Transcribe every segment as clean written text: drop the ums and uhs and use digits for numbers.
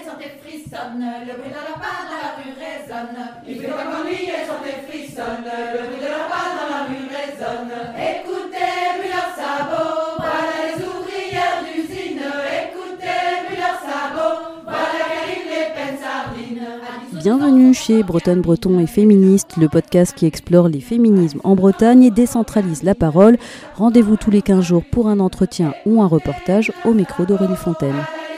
sent et frissonne, le bruit de leurs pas dans la rue résonne. Il fait comme lui, elles sentent et frissonne, le bruit de leurs pas dans la rue résonne. Écoutez, puis leurs sabots, voilà les ouvrières d'usine. Écoutez, puis leurs sabots, voilà qu'arrivent les peines sardines. Bienvenue chez Bretonne Breton et Féministe, le podcast qui explore les féminismes en Bretagne et décentralise la parole. Rendez-vous tous les 15 jours pour un entretien ou un reportage au micro d'Aurélie Fontaine.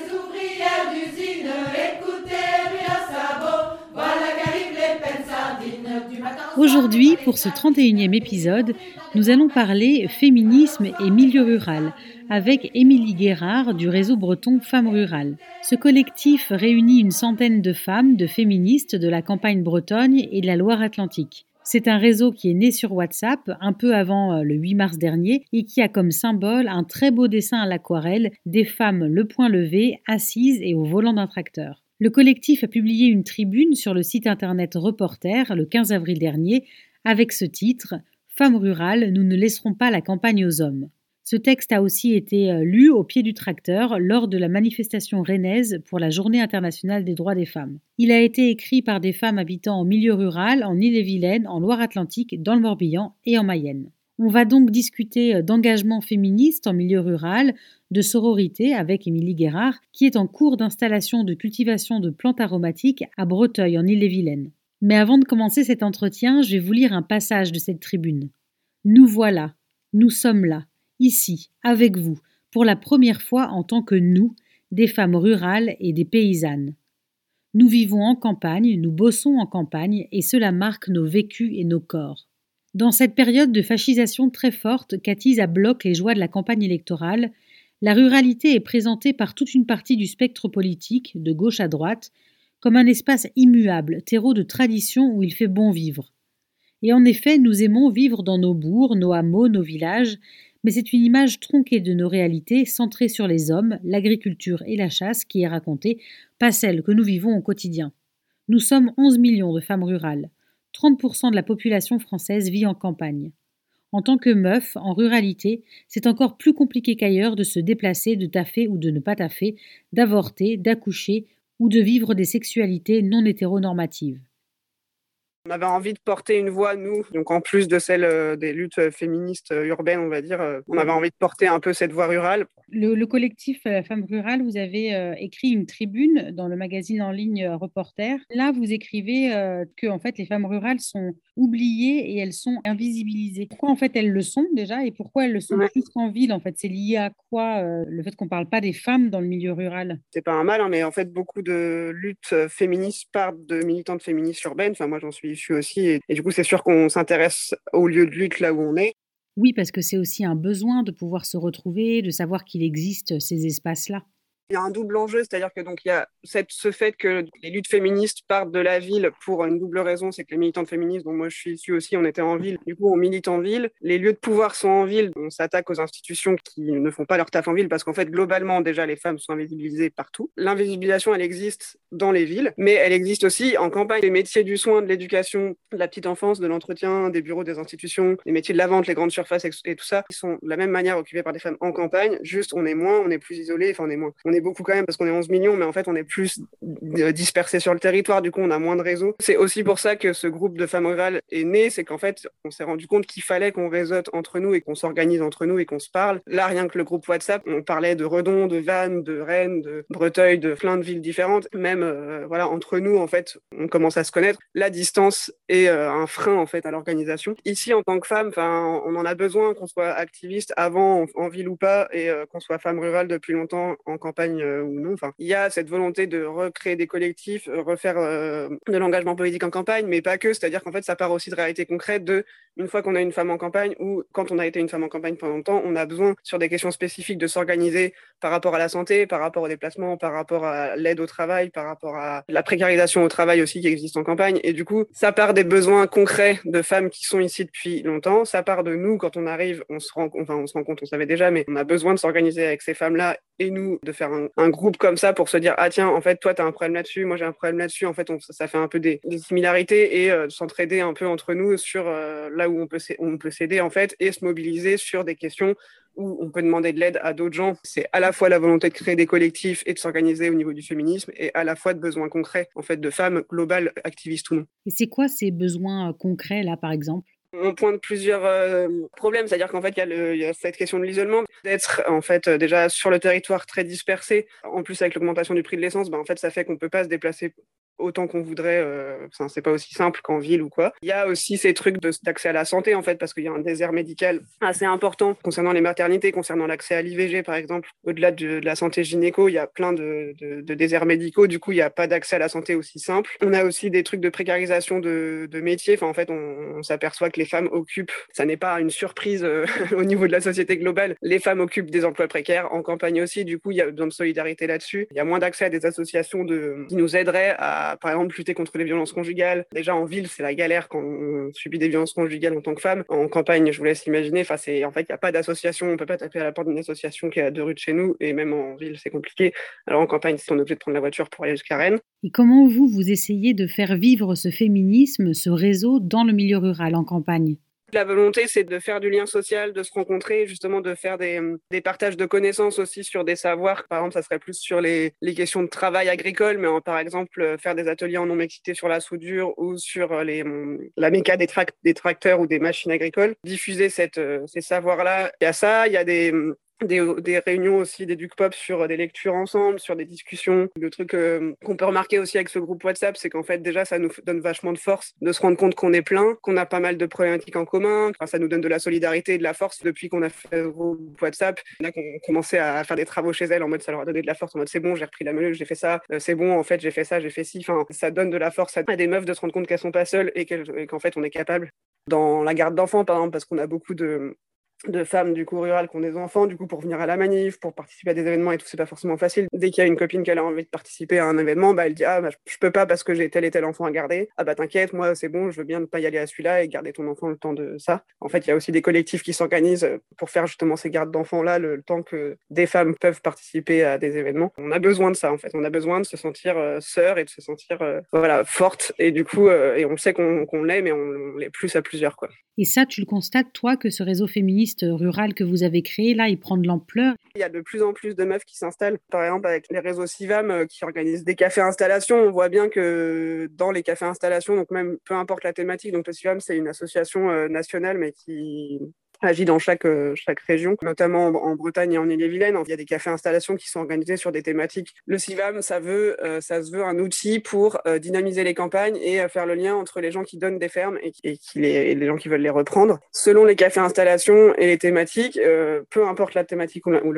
Aujourd'hui, pour ce 31e épisode, nous allons parler féminisme et milieu rural avec Émilie Guérard du réseau breton Femmes Rurales. Ce collectif réunit une centaine de femmes, de féministes de la campagne bretonne et de la Loire-Atlantique. C'est un réseau qui est né sur WhatsApp un peu avant le 8 mars dernier et qui a comme symbole un très beau dessin à l'aquarelle des femmes le poing levé, assises et au volant d'un tracteur. Le collectif a publié une tribune sur le site internet Reporter le 15 avril dernier avec ce titre « Femmes rurales, nous ne laisserons pas la campagne aux hommes ». Ce texte a aussi été lu au pied du tracteur lors de la manifestation rennaise pour la Journée internationale des droits des femmes. Il a été écrit par des femmes habitant en milieu rural, en Ille-et-Vilaine, en Loire-Atlantique, dans le Morbihan et en Mayenne. On va donc discuter d'engagement féministe en milieu rural, de sororité avec Émilie Guérard, qui est en cours d'installation de cultivation de plantes aromatiques à Breteuil, en Ille-et-Vilaine. Mais avant de commencer cet entretien, je vais vous lire un passage de cette tribune. « Nous voilà, nous sommes là, ici, avec vous, pour la première fois en tant que nous, des femmes rurales et des paysannes. Nous vivons en campagne, nous bossons en campagne, et cela marque nos vécus et nos corps. Dans cette période de fascisation très forte qu'attise à bloc les joies de la campagne électorale, la ruralité est présentée par toute une partie du spectre politique, de gauche à droite, comme un espace immuable, terreau de tradition où il fait bon vivre. Et en effet, nous aimons vivre dans nos bourgs, nos hameaux, nos villages, mais c'est une image tronquée de nos réalités, centrée sur les hommes, l'agriculture et la chasse qui est racontée, pas celle que nous vivons au quotidien. Nous sommes 11 millions de femmes rurales. 30% de la population française vit en campagne. En tant que meuf, en ruralité, c'est encore plus compliqué qu'ailleurs de se déplacer, de taffer ou de ne pas taffer, d'avorter, d'accoucher ou de vivre des sexualités non hétéronormatives. On avait envie de porter une voix, nous, donc en plus de celle des luttes féministes urbaines, on va dire, on avait envie de porter un peu cette voix rurale. Le collectif Femmes Rurales, vous avez écrit une tribune dans le magazine en ligne Reporter. Là, vous écrivez que en fait, les femmes rurales sont oubliées et elles sont invisibilisées. Pourquoi en fait elles le sont déjà et pourquoi elles le sont plus qu'en ville en fait? C'est lié à quoi le fait qu'on ne parle pas des femmes dans le milieu rural? C'est pas un mal, hein, mais en fait, beaucoup de luttes féministes partent de militantes féministes urbaines. Enfin, moi, j'en suis issue aussi. Et du coup, c'est sûr qu'on s'intéresse aux lieux de lutte là où on est. Oui, parce que c'est aussi un besoin de pouvoir se retrouver, de savoir qu'il existe ces espaces-là. Il y a un double enjeu, c'est-à-dire que donc il y a ce fait que les luttes féministes partent de la ville pour une double raison, c'est que les militantes féministes, dont moi je suis issue aussi, on était en ville, du coup on milite en ville. Les lieux de pouvoir sont en ville, on s'attaque aux institutions qui ne font pas leur taf en ville parce qu'en fait globalement déjà les femmes sont invisibilisées partout. L'invisibilisation elle existe dans les villes, mais elle existe aussi en campagne. Les métiers du soin, de l'éducation, de la petite enfance, de l'entretien, des bureaux des institutions, les métiers de la vente, les grandes surfaces et tout ça, ils sont de la même manière occupés par des femmes en campagne, juste on est moins, on est plus isolés, enfin on est beaucoup quand même parce qu'on est 11 millions, mais en fait on est plus dispersés sur le territoire, du coup on a moins de réseaux. C'est aussi pour ça que ce groupe de femmes rurales est né, c'est qu'en fait on s'est rendu compte qu'il fallait qu'on réseaute entre nous et qu'on s'organise entre nous et qu'on se parle. Là rien que le groupe WhatsApp, on parlait de Redon, de Vannes, de Rennes, de Breteuil, de plein de villes différentes, même voilà, entre nous en fait on commence à se connaître. La distance est un frein en fait à l'organisation. Ici en tant que femme, on en a besoin qu'on soit activiste avant en ville ou pas et qu'on soit femme rurale depuis longtemps en campagne ou non. Enfin, il y a cette volonté de recréer des collectifs, refaire de l'engagement politique en campagne, mais pas que. C'est-à-dire qu'en fait, ça part aussi de réalité concrète de une fois qu'on a une femme en campagne ou quand on a été une femme en campagne pendant longtemps, on a besoin sur des questions spécifiques de s'organiser par rapport à la santé, par rapport au déplacement, par rapport à l'aide au travail, par rapport à la précarisation au travail aussi qui existe en campagne. Et du coup, ça part des besoins concrets de femmes qui sont ici depuis longtemps. Ça part de nous quand on arrive, on se rend compte, on savait déjà, mais on a besoin de s'organiser avec ces femmes-là et nous de faire un groupe comme ça pour se dire ah tiens en fait toi t'as un problème là-dessus, moi j'ai un problème là-dessus, en fait ça fait un peu des similarités et s'entraider un peu entre nous sur là où on peut s'aider en fait et se mobiliser sur des questions où on peut demander de l'aide à d'autres gens. C'est à la fois la volonté de créer des collectifs et de s'organiser au niveau du féminisme, et à la fois de besoins concrets, en fait, de femmes globales, activistes ou non. Et c'est quoi ces besoins concrets, là, par exemple? On pointe plusieurs problèmes, c'est-à-dire qu'en fait, il y a cette question de l'isolement, d'être en fait déjà sur le territoire très dispersé. En plus, avec l'augmentation du prix de l'essence, en fait, ça fait qu'on peut pas se déplacer autant qu'on voudrait. C'est pas aussi simple qu'en ville ou quoi. Il y a aussi ces trucs d'accès à la santé, en fait, parce qu'il y a un désert médical assez important concernant les maternités, concernant l'accès à l'IVG, par exemple. Au-delà de la santé gynéco, il y a plein de déserts médicaux. Du coup, il n'y a pas d'accès à la santé aussi simple. On a aussi des trucs de précarisation de métiers. Enfin, en fait, on s'aperçoit que les femmes occupent, ça n'est pas une surprise au niveau de la société globale, les femmes occupent des emplois précaires, en campagne aussi, du coup il y a besoin de solidarité là-dessus. Il y a moins d'accès à des associations qui nous aideraient à, par exemple, lutter contre les violences conjugales. Déjà en ville, c'est la galère quand on subit des violences conjugales en tant que femme. En campagne, je vous laisse imaginer, en fait, il n'y a pas d'association, on peut pas taper à la porte d'une association qui est à 2 rues de chez nous, et même en ville, c'est compliqué. Alors en campagne, on est obligé de prendre la voiture pour aller jusqu'à Rennes. Et comment vous essayez de faire vivre ce féminisme, ce réseau dans le milieu rural, en campagne? La volonté, c'est de faire du lien social, de se rencontrer, justement de faire des partages de connaissances aussi sur des savoirs. Par exemple, ça serait plus sur les questions de travail agricole, mais par exemple, faire des ateliers en non-mixité sur la soudure ou sur la méca des tracteurs ou des machines agricoles. Diffuser ces savoirs-là. Il y a ça, il y a des réunions aussi d'EducPop sur des lectures ensemble, sur des discussions. Le truc qu'on peut remarquer aussi avec ce groupe WhatsApp, c'est qu'en fait déjà ça nous donne vachement de force de se rendre compte qu'on est plein, qu'on a pas mal de problématiques en commun. Enfin, ça nous donne de la solidarité et de la force. Depuis qu'on a fait le groupe WhatsApp, il y en a qui ont commencé à faire des travaux chez elles en mode ça leur a donné de la force, en mode c'est bon, j'ai repris la meuleuse, j'ai fait ça, c'est bon, en fait j'ai fait ça, j'ai fait ci. Enfin, ça donne de la force à des meufs de se rendre compte qu'elles sont pas seules et qu'en fait on est capable. Dans la garde d'enfants par exemple, parce qu'on a beaucoup de femmes du coup rurales qui ont des enfants, du coup pour venir à la manif, pour participer à des événements et tout, c'est pas forcément facile. Dès qu'il y a une copine qui a envie de participer à un événement, elle dit je peux pas parce que j'ai tel et tel enfant à garder. T'inquiète, moi c'est bon, je veux bien ne pas y aller à celui-là et garder ton enfant le temps de ça. En fait, il y a aussi des collectifs qui s'organisent pour faire justement ces gardes d'enfants là le temps que des femmes peuvent participer à des événements. On a besoin de ça en fait, on a besoin de se sentir sœur et de se sentir forte, et du coup et on sait qu'on l'est, mais on l'est plus à plusieurs quoi. Et ça, tu le constates, toi, que ce réseau féministe rural que vous avez créé, là, il prend de l'ampleur? Il y a de plus en plus de meufs qui s'installent. Par exemple, avec les réseaux Sivam qui organisent des cafés-installations, on voit bien que dans les cafés-installations, donc même peu importe la thématique, donc le Sivam, c'est une association nationale, mais qui agit dans chaque région, notamment en Bretagne et en Ille-et-Vilaine. Il y a des cafés-installations qui sont organisés sur des thématiques. Le Sivam, ça se veut un outil pour dynamiser les campagnes et faire le lien entre les gens qui donnent des fermes et les gens qui veulent les reprendre. Selon les cafés-installations et les thématiques, peu importe la thématique ou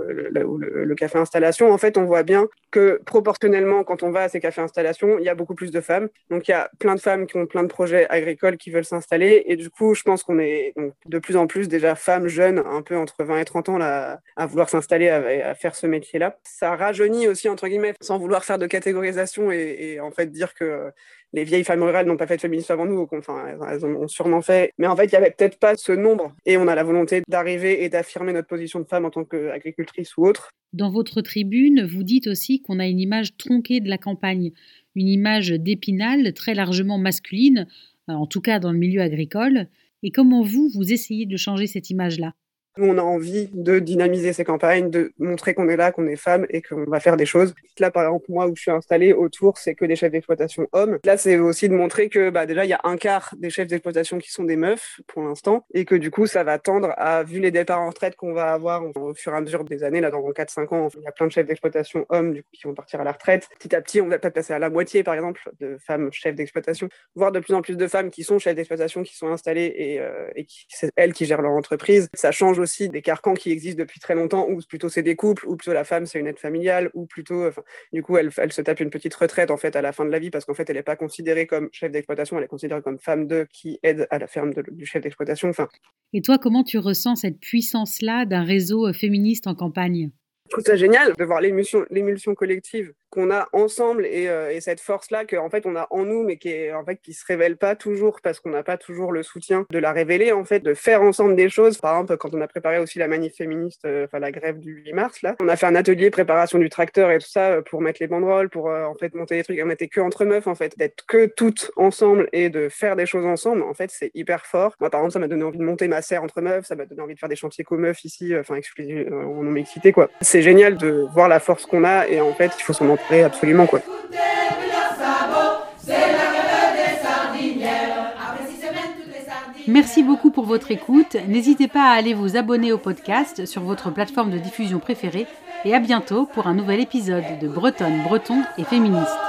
le café-installation, en fait, on voit bien que proportionnellement, quand on va à ces cafés-installations, il y a beaucoup plus de femmes. Donc, il y a plein de femmes qui ont plein de projets agricoles qui veulent s'installer. Et du coup, je pense qu'on est de plus en plus déjà femmes jeunes, un peu entre 20 et 30 ans, là, à vouloir s'installer, à faire ce métier-là. Ça rajeunit aussi, entre guillemets, sans vouloir faire de catégorisation et en fait dire que les vieilles femmes rurales n'ont pas fait de féminisme avant nous, elles en ont sûrement fait. Mais en fait, il n'y avait peut-être pas ce nombre. Et on a la volonté d'arriver et d'affirmer notre position de femme en tant qu'agricultrice ou autre. Dans votre tribune, vous dites aussi qu'on a une image tronquée de la campagne, une image d'Épinal très largement masculine, en tout cas dans le milieu agricole. Et comment vous essayez de changer cette image-là? Nous, on a envie de dynamiser ces campagnes, de montrer qu'on est là, qu'on est femme et qu'on va faire des choses. Là, par exemple, moi, où je suis installée, autour, c'est que des chefs d'exploitation hommes. Là, c'est aussi de montrer que déjà, il y a un quart des chefs d'exploitation qui sont des meufs, pour l'instant, et que du coup, ça va tendre à, vu les départs en retraite qu'on va avoir au fur et à mesure des années, là, dans 4-5 ans, il y a plein de chefs d'exploitation hommes, du coup, qui vont partir à la retraite. Petit à petit, on va peut-être passer à la moitié, par exemple, de femmes chefs d'exploitation, voire de plus en plus de femmes qui sont chefs d'exploitation, qui sont installées et c'est elles qui gèrent leur entreprise. Ça change aussi des carcans qui existent depuis très longtemps, où plutôt c'est des couples, ou plutôt la femme c'est une aide familiale, ou plutôt, du coup elle se tape une petite retraite en fait à la fin de la vie parce qu'en fait elle n'est pas considérée comme chef d'exploitation, elle est considérée comme femme qui aide à la ferme du chef d'exploitation. Et toi, comment tu ressens cette puissance-là d'un réseau féministe en campagne? Je trouve ça génial de voir l'émulsion collective qu'on a ensemble et cette force-là qu'en fait on a en nous, mais qui se révèle pas toujours parce qu'on n'a pas toujours le soutien de la révéler, en fait, de faire ensemble des choses. Par exemple, quand on a préparé aussi la manif féministe, la grève du 8 mars, là, on a fait un atelier préparation du tracteur et tout ça pour mettre les banderoles, pour en fait monter des trucs. On était que entre meufs, en fait, d'être que toutes ensemble et de faire des choses ensemble. En fait, c'est hyper fort. Moi, par exemple, ça m'a donné envie de monter ma serre entre meufs, ça m'a donné envie de faire des chantiers co-meufs ici, en non-mixité, quoi. C'est génial de voir la force qu'on a et en fait, il faut s'en entourer absolument, quoi. Merci beaucoup pour votre écoute. N'hésitez pas à aller vous abonner au podcast sur votre plateforme de diffusion préférée et à bientôt pour un nouvel épisode de Bretonne, Breton et Féministe.